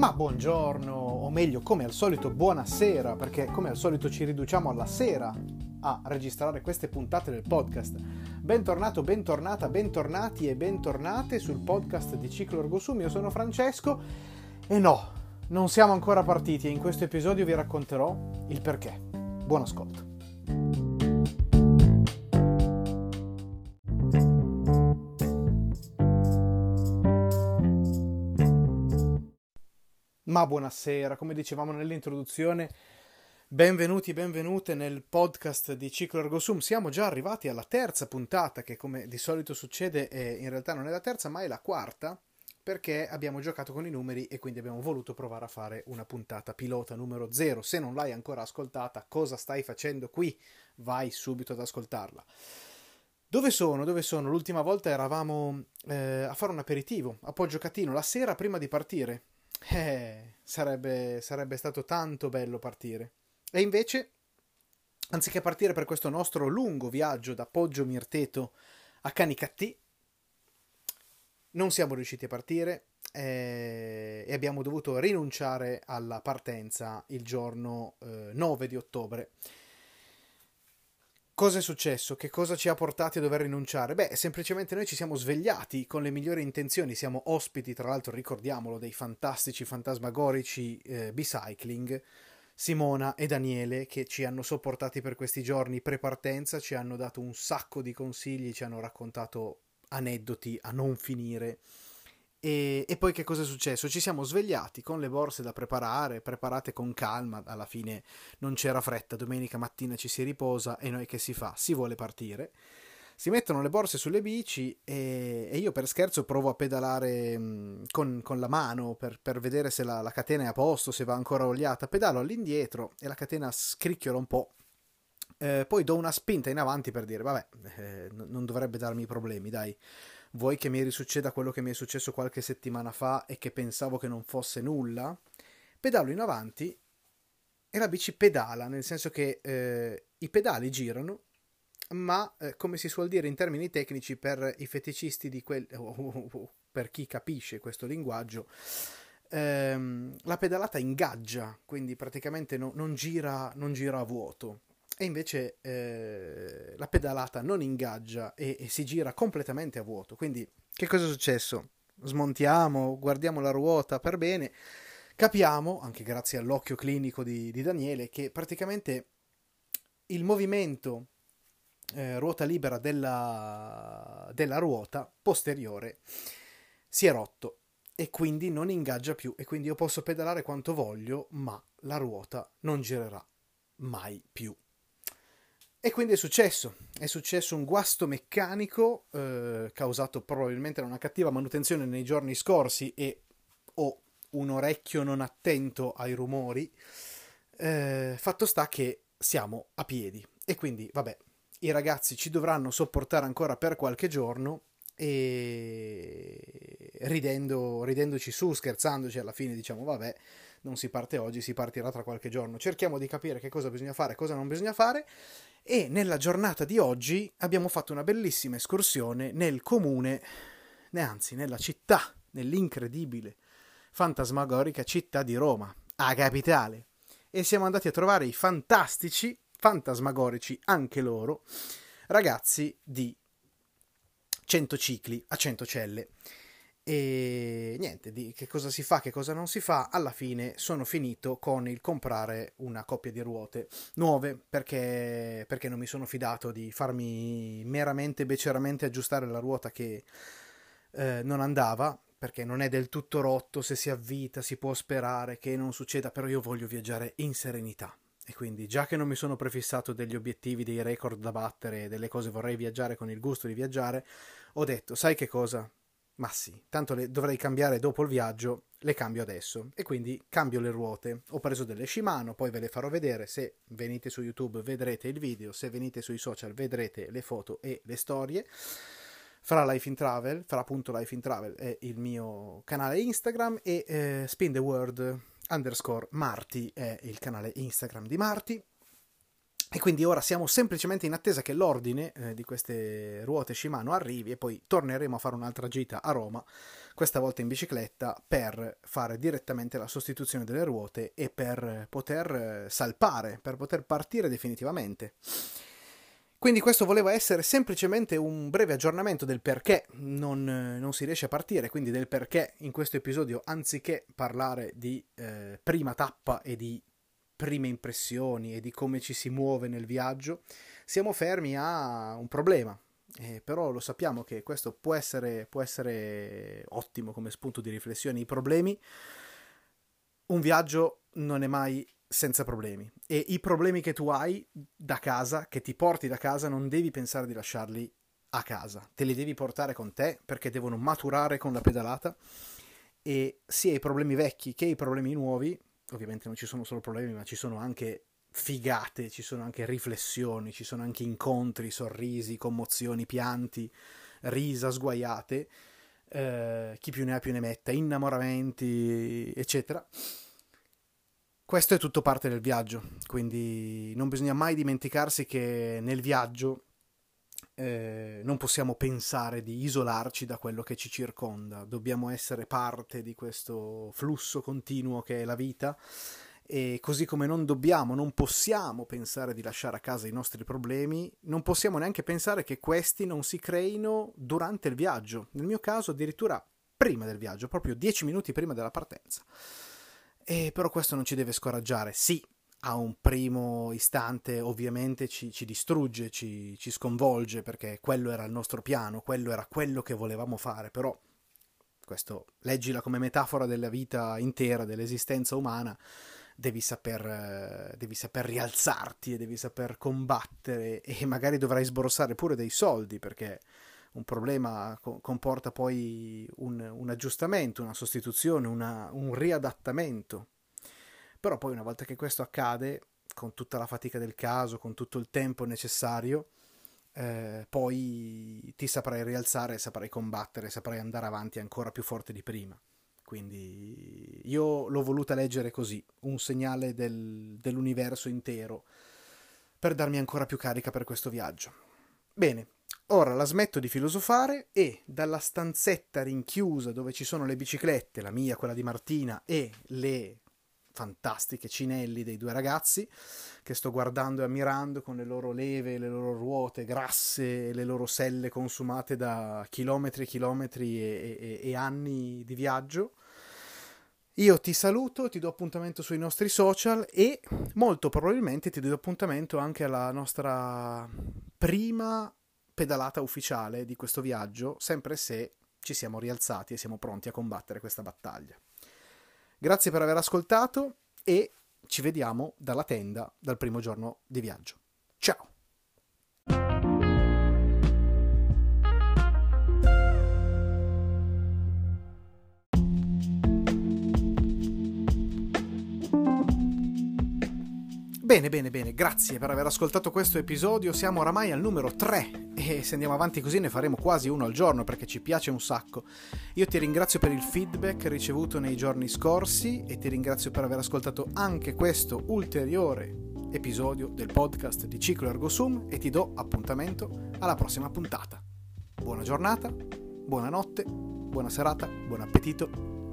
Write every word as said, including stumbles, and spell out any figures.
Ma buongiorno, o meglio, come al solito, buonasera, perché come al solito ci riduciamo alla sera a registrare queste puntate del podcast. Bentornato, bentornata, bentornati e bentornate sul podcast di Ciclo Ergo Sum. Io sono Francesco e no, non siamo ancora partiti e in questo episodio vi racconterò il perché. Buon ascolto. Ma buonasera, come dicevamo nell'introduzione, benvenuti e benvenute nel podcast di Ciclo Ergo Sum. Siamo già arrivati alla terza puntata, che come di solito succede eh, in realtà non è la terza ma è la quarta, perché abbiamo giocato con i numeri e quindi abbiamo voluto provare a fare una puntata pilota numero zero. Se non l'hai ancora ascoltata, cosa stai facendo qui? Vai subito ad ascoltarla. Dove sono? Dove sono? L'ultima volta eravamo eh, a fare un aperitivo a Poggio Catino la sera prima di partire. Eh, sarebbe, sarebbe stato tanto bello partire. E invece, anziché partire per questo nostro lungo viaggio da Poggio Mirteto a Canicattì, non siamo riusciti a partire eh, e abbiamo dovuto rinunciare alla partenza il giorno eh, nove di ottobre. Cosa è successo? Che cosa ci ha portati a dover rinunciare? Beh, semplicemente noi ci siamo svegliati con le migliori intenzioni, siamo ospiti, tra l'altro ricordiamolo, dei fantastici fantasmagorici eh, Bicycling, Simona e Daniele, che ci hanno sopportati per questi giorni pre-partenza, ci hanno dato un sacco di consigli, ci hanno raccontato aneddoti a non finire. E, e poi che cosa è successo? Ci siamo svegliati con le borse da preparare, preparate con calma, alla fine non c'era fretta, domenica mattina ci si riposa e noi che si fa? Si vuole partire. Si mettono le borse sulle bici e, e io per scherzo provo a pedalare mh, con, con la mano per, per vedere se la, la catena è a posto, se va ancora oliata. Pedalo all'indietro e la catena scricchiola un po'. Eh, poi do una spinta in avanti per dire, vabbè, eh, n- non dovrebbe darmi problemi, dai. Vuoi che mi risucceda quello che mi è successo qualche settimana fa e che pensavo che non fosse nulla? Pedalo in avanti e la bici pedala, nel senso che eh, i pedali girano, ma eh, come si suol dire in termini tecnici per i feticisti di quel... o per chi capisce questo linguaggio, ehm, la pedalata ingaggia, quindi praticamente no, non gira, non gira a vuoto. E invece eh, la pedalata non ingaggia e, e si gira completamente a vuoto. Quindi che cosa è successo? Smontiamo, guardiamo la ruota per bene, capiamo, anche grazie all'occhio clinico di, di Daniele, che praticamente il movimento eh, ruota libera della, della ruota posteriore si è rotto e quindi non ingaggia più e quindi io posso pedalare quanto voglio, ma la ruota non girerà mai più. E quindi è successo, è successo un guasto meccanico eh, causato probabilmente da una cattiva manutenzione nei giorni scorsi e o un orecchio non attento ai rumori. Eh, fatto sta che siamo a piedi e quindi vabbè, i ragazzi ci dovranno sopportare ancora per qualche giorno e ridendo, ridendoci su, scherzandoci, alla fine diciamo vabbè, non si parte oggi, si partirà tra qualche giorno. Cerchiamo di capire che cosa bisogna fare, cosa non bisogna fare. E nella giornata di oggi abbiamo fatto una bellissima escursione nel comune, anzi nella città, nell'incredibile, fantasmagorica città di Roma, a capitale. E siamo andati a trovare i fantastici, fantasmagorici, anche loro, ragazzi di cento cicli a Centocelle. E niente, di che cosa si fa, che cosa non si fa, alla fine sono finito con il comprare una coppia di ruote nuove perché, perché non mi sono fidato di farmi meramente beceramente aggiustare la ruota che eh, non andava, perché non è del tutto rotto, se si avvita si può sperare che non succeda, però io voglio viaggiare in serenità. E quindi, già che non mi sono prefissato degli obiettivi, dei record da battere, delle cose vorrei viaggiare con il gusto di viaggiare, ho detto, sai che cosa? Ma sì, tanto le dovrei cambiare dopo il viaggio, le cambio adesso. E quindi cambio le ruote. Ho preso delle Shimano, poi ve le farò vedere. Se venite su YouTube vedrete il video, se venite sui social vedrete le foto e le storie. Fra Life in Travel, fra appunto Life in Travel è il mio canale Instagram e eh, Spin the World underscore Marti è il canale Instagram di Marti. E quindi ora siamo semplicemente in attesa che l'ordine eh, di queste ruote Shimano arrivi e poi torneremo a fare un'altra gita a Roma, questa volta in bicicletta, per fare direttamente la sostituzione delle ruote e per poter salpare, per poter partire definitivamente. Quindi questo voleva essere semplicemente un breve aggiornamento del perché non, non si riesce a partire, quindi del perché in questo episodio, anziché parlare di eh, prima tappa e di prime impressioni e di come ci si muove nel viaggio, siamo fermi a un problema. Eh, però lo sappiamo che questo può essere, può essere ottimo come spunto di riflessione. I problemi, un viaggio non è mai senza problemi, e i problemi che tu hai da casa, che ti porti da casa, non devi pensare di lasciarli a casa, te li devi portare con te perché devono maturare con la pedalata, e sia i problemi vecchi che i problemi nuovi, ovviamente non ci sono solo problemi, ma ci sono anche figate, ci sono anche riflessioni, ci sono anche incontri, sorrisi, commozioni, pianti, risa, sguaiate, eh, chi più ne ha più ne metta, innamoramenti, eccetera. Questo è tutto parte del viaggio, quindi non bisogna mai dimenticarsi che nel viaggio eh, non possiamo pensare di isolarci da quello che ci circonda, dobbiamo essere parte di questo flusso continuo che è la vita, e così come non dobbiamo, non possiamo pensare di lasciare a casa i nostri problemi, non possiamo neanche pensare che questi non si creino durante il viaggio, nel mio caso addirittura prima del viaggio, proprio dieci minuti prima della partenza. E però questo non ci deve scoraggiare. Sì, a un primo istante ovviamente ci, ci distrugge, ci, ci sconvolge, perché quello era il nostro piano, quello era quello che volevamo fare, però questo leggila come metafora della vita intera, dell'esistenza umana, devi saper, devi saper rialzarti e devi saper combattere, e magari dovrai sborsare pure dei soldi, perché un problema co- comporta poi un, un aggiustamento, una sostituzione, una, un riadattamento. Però poi una volta che questo accade, con tutta la fatica del caso, con tutto il tempo necessario, eh, poi ti saprai rialzare, saprai combattere, saprai andare avanti ancora più forte di prima. Quindi io l'ho voluta leggere così, un segnale del, dell'universo intero, per darmi ancora più carica per questo viaggio. Bene. Ora la smetto di filosofare e dalla stanzetta rinchiusa dove ci sono le biciclette, la mia, quella di Martina, e le fantastiche cinelli dei due ragazzi, che sto guardando e ammirando con le loro leve, le loro ruote grasse e le loro selle consumate da chilometri e chilometri e, e, e anni di viaggio, io ti saluto, ti do appuntamento sui nostri social e molto probabilmente ti do appuntamento anche alla nostra prima pedalata ufficiale di questo viaggio, sempre se ci siamo rialzati e siamo pronti a combattere questa battaglia. Grazie per aver ascoltato e ci vediamo dalla tenda dal primo giorno di viaggio. Ciao! Bene, bene, bene, grazie per aver ascoltato questo episodio, siamo oramai al numero tre e se andiamo avanti così ne faremo quasi uno al giorno perché ci piace un sacco. Io ti ringrazio per il feedback ricevuto nei giorni scorsi e ti ringrazio per aver ascoltato anche questo ulteriore episodio del podcast di Ciclo Ergo Sum e ti do appuntamento alla prossima puntata. Buona giornata, buonanotte, buona serata, buon appetito.